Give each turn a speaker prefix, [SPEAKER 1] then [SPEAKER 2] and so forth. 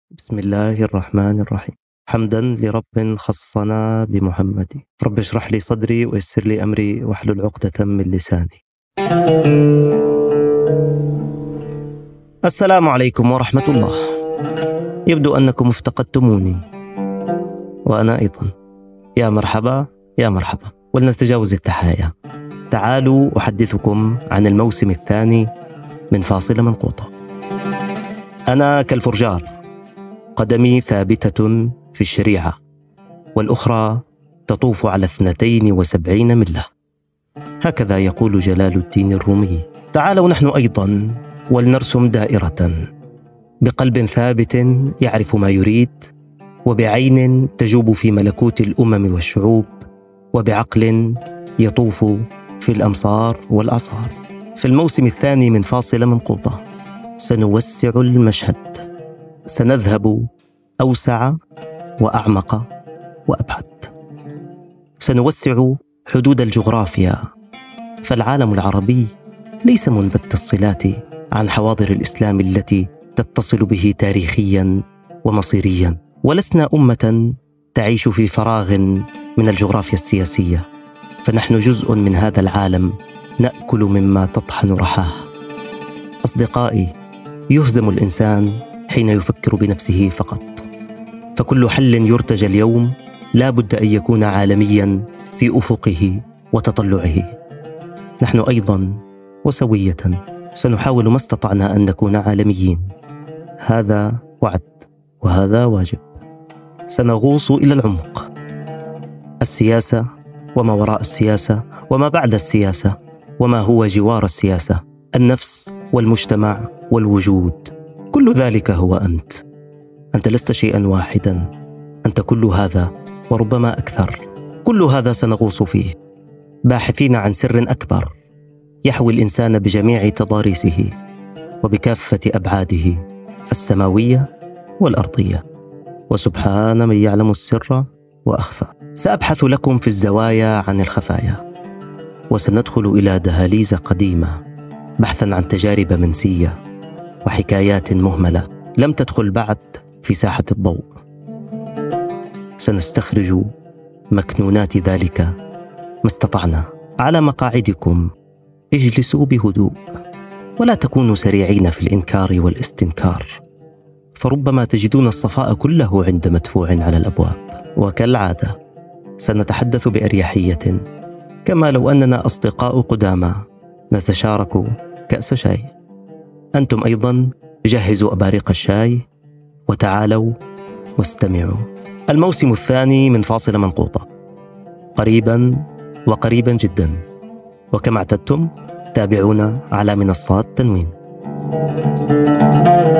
[SPEAKER 1] بسم الله الرحمن الرحيم. حمدا لرب خصنا بمحمد. رب اشرح لي صدري ويسر لي أمري واحلل عقدة من لساني. السلام عليكم ورحمة الله. يبدو أنكم افتقدتموني وأنا أيضا. يا مرحبا يا مرحبا. ولنتجاوز التحايا. تعالوا أحدثكم عن الموسم الثاني من فاصلة منقوطة. أنا كالفرجار، قدمي ثابتة في الشريعة والأخرى تطوف على 72 ملة. هكذا يقول جلال الدين الرومي. تعالوا نحن أيضا ولنرسم دائرة بقلب ثابت يعرف ما يريد، وبعين تجوب في ملكوت الأمم والشعوب، وبعقل يطوف في الأمصار والأعصار. في الموسم الثاني من فاصلة منقوطة سنوسع المشهد، سنذهب أوسع وأعمق وأبعد. سنوسع حدود الجغرافيا، فالعالم العربي ليس منبت الصلات عن حواضر الإسلام التي تتصل به تاريخيا ومصيريا، ولسنا أمة تعيش في فراغ من الجغرافيا السياسية، فنحن جزء من هذا العالم نأكل مما تطحن رحاه. أصدقائي، يهزم الإنسان حين يفكر بنفسه فقط، فكل حل يرتجى اليوم لا بد أن يكون عالميا في أفقه وتطلعه. نحن أيضا وسوية سنحاول ما استطعنا أن نكون عالميين. هذا وعد وهذا واجب. سنغوص إلى العمق، السياسة وما وراء السياسة وما بعد السياسة وما هو جوار السياسة، النفس والمجتمع والوجود. كل ذلك هو أنت. أنت لست شيئا واحدا، أنت كل هذا وربما أكثر. كل هذا سنغوص فيه باحثين عن سر أكبر يحوي الإنسان بجميع تضاريسه وبكافة أبعاده السماوية والأرضية، وسبحان من يعلم السر وأخفى. سأبحث لكم في الزوايا عن الخفايا، وسندخل إلى دهاليز قديمة بحثا عن تجارب منسية وحكايات مهملة لم تدخل بعد في ساحة الضوء. سنستخرج مكنونات ذلك ما استطعنا. على مقاعدكم اجلسوا بهدوء، ولا تكونوا سريعين في الإنكار والاستنكار، فربما تجدون الصفاء كله عند مدفوع على الأبواب. وكالعادة سنتحدث بأريحية، كما لو أننا أصدقاء قدامى نتشارك كأس شاي. أنتم أيضا جهزوا أباريق الشاي وتعالوا واستمعوا. الموسم الثاني من فاصلة منقوطة قريبا وقريبا جدا، وكما اعتدتم تابعونا على منصات تنوين.